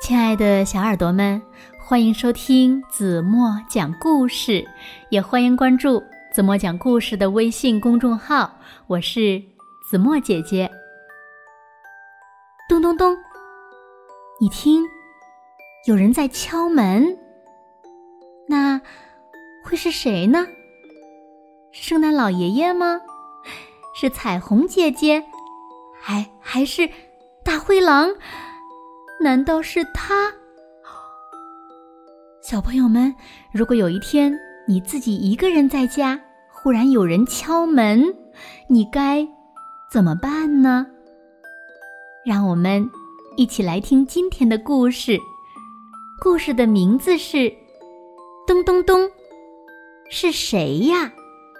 亲爱的小耳朵们，欢迎收听子墨讲故事，也欢迎关注子墨讲故事的微信公众号，我是子墨姐姐。咚咚咚，你听，有人在敲门，那会是谁呢？是圣诞老爷爷吗？是彩虹姐姐？还是大灰狼？难道是他？小朋友们，如果有一天你自己一个人在家，忽然有人敲门，你该怎么办呢？让我们一起来听今天的故事。故事的名字是咚咚咚，是谁呀？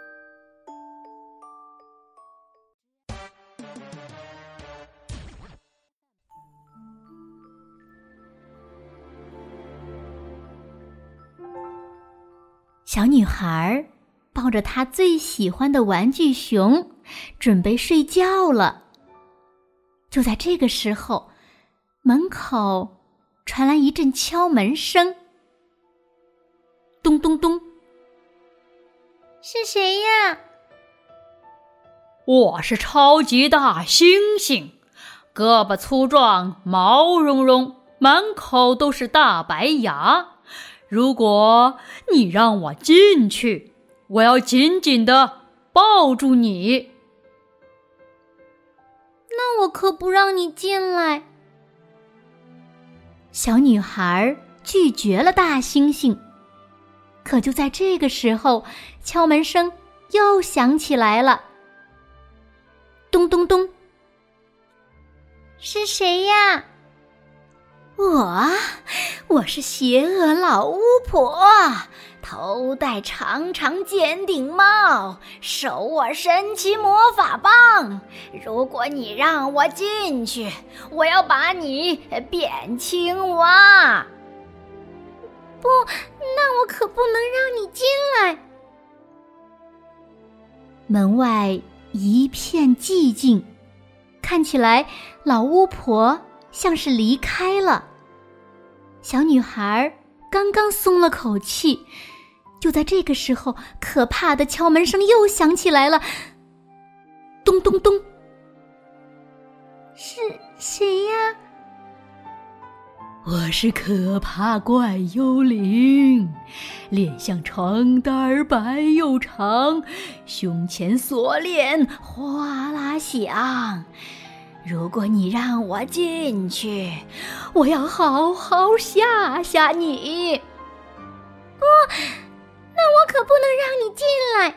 小女孩抱着她最喜欢的玩具熊，准备睡觉了。就在这个时候，门口传来一阵敲门声。咚咚咚，是谁呀？ 我是超级大猩猩，胳膊粗壮，毛茸茸，满口都是大白牙。如果你让我进去，我要紧紧地抱住你。 那我可不让你进来。小女孩拒绝了大猩猩。可就在这个时候，敲门声又响起来了。咚咚咚，是谁呀？我是邪恶老巫婆，头戴长长尖顶帽，手握神奇魔法棒。如果你让我进去，我要把你变青蛙。不，那我可不能让你进来。门外一片寂静，看起来老巫婆像是离开了。小女孩刚刚松了口气，就在这个时候，可怕的敲门声又响起来了。咚咚咚，是谁呀？ 我是可怕怪幽灵，脸像床单白又长，胸前锁链哗啦响。如果你让我进去，我要好好吓吓你。 不，那我可不能让你进来。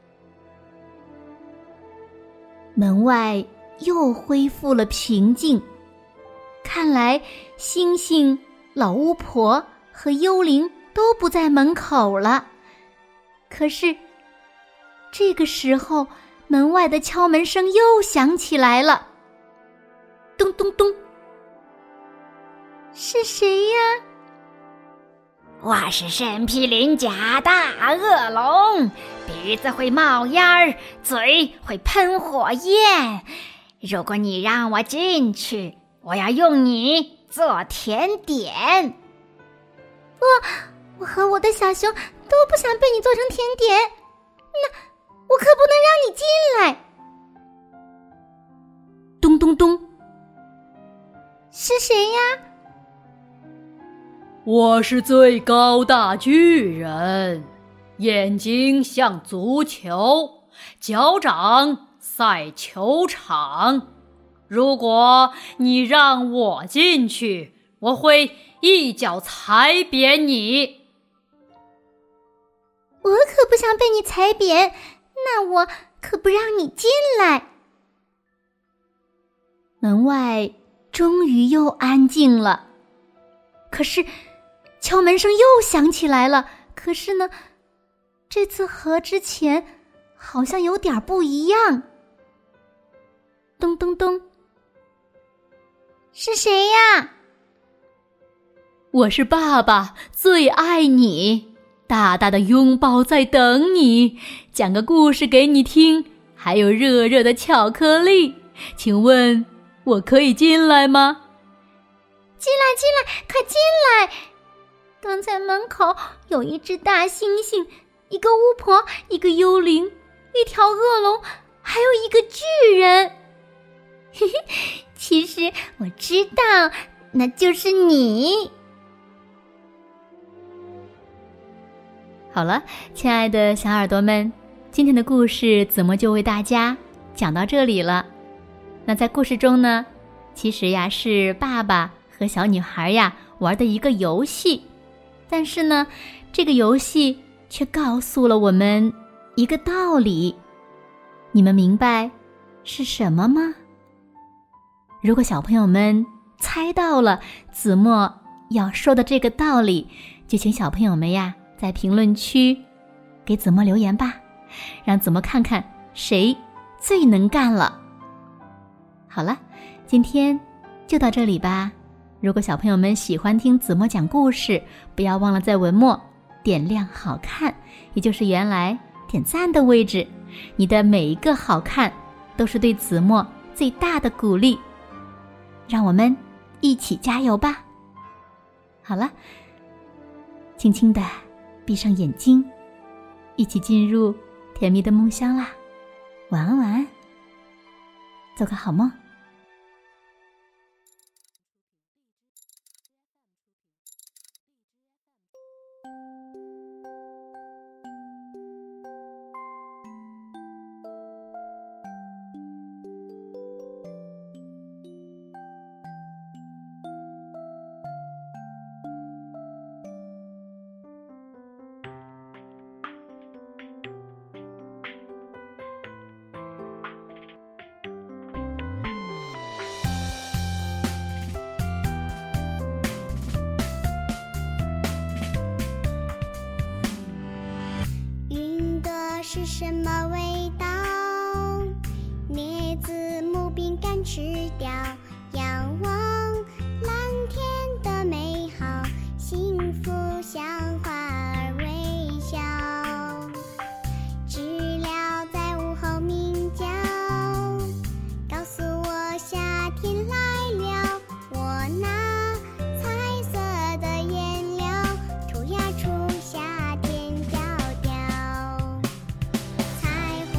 门外又恢复了平静，看来猩猩、老巫婆和幽灵都不在门口了。可是这个时候，门外的敲门声又响起来了。咚咚咚，是谁呀？我是身披鳞甲大恶龙，鼻子会冒烟儿，嘴会喷火焰。如果你让我进去，我要用你做甜点。不，我和我的小熊都不想被你做成甜点，那我可不能让你进来。咚咚咚，是谁呀？ 我是最高大巨人，眼睛像足球，脚掌赛球场。如果你让我进去，我会一脚踩扁你。 我可不想被你踩扁，那我可不让你进来。门外终于又安静了，可是敲门声又响起来了。可是呢，这次和之前好像有点不一样。咚咚咚，是谁呀？我是爸爸，最爱你，大大的拥抱在等你，讲个故事给你听，还有热热的巧克力。请问我可以进来吗？ 进来进来，快进来！刚才门口有一只大猩猩，一个巫婆，一个幽灵，一条恶龙，还有一个巨人。嘿嘿，其实我知道，那就是你。 好了，亲爱的小耳朵们，今天的故事子墨就为大家讲到这里了。那在故事中呢，其实呀是爸爸和小女孩呀玩的一个游戏，但是呢，这个游戏却告诉了我们一个道理。你们明白是什么吗？如果小朋友们猜到了子墨要说的这个道理，就请小朋友们呀在评论区给子墨留言吧，让子墨看看谁最能干了。好了，今天就到这里吧。如果小朋友们喜欢听子墨讲故事，不要忘了在文末点亮好看，也就是原来点赞的位置。你的每一个好看都是对子墨最大的鼓励，让我们一起加油吧。好了，轻轻地闭上眼睛，一起进入甜蜜的梦乡啦。晚安晚安，做个好梦。 是什么味道？镊子木柄干吃掉，仰望蓝天的美好，幸福像花儿微笑。知了在午后鸣叫，告诉我夏天来了。我拿彩色的颜料涂鸦出夏天调调。彩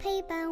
陪伴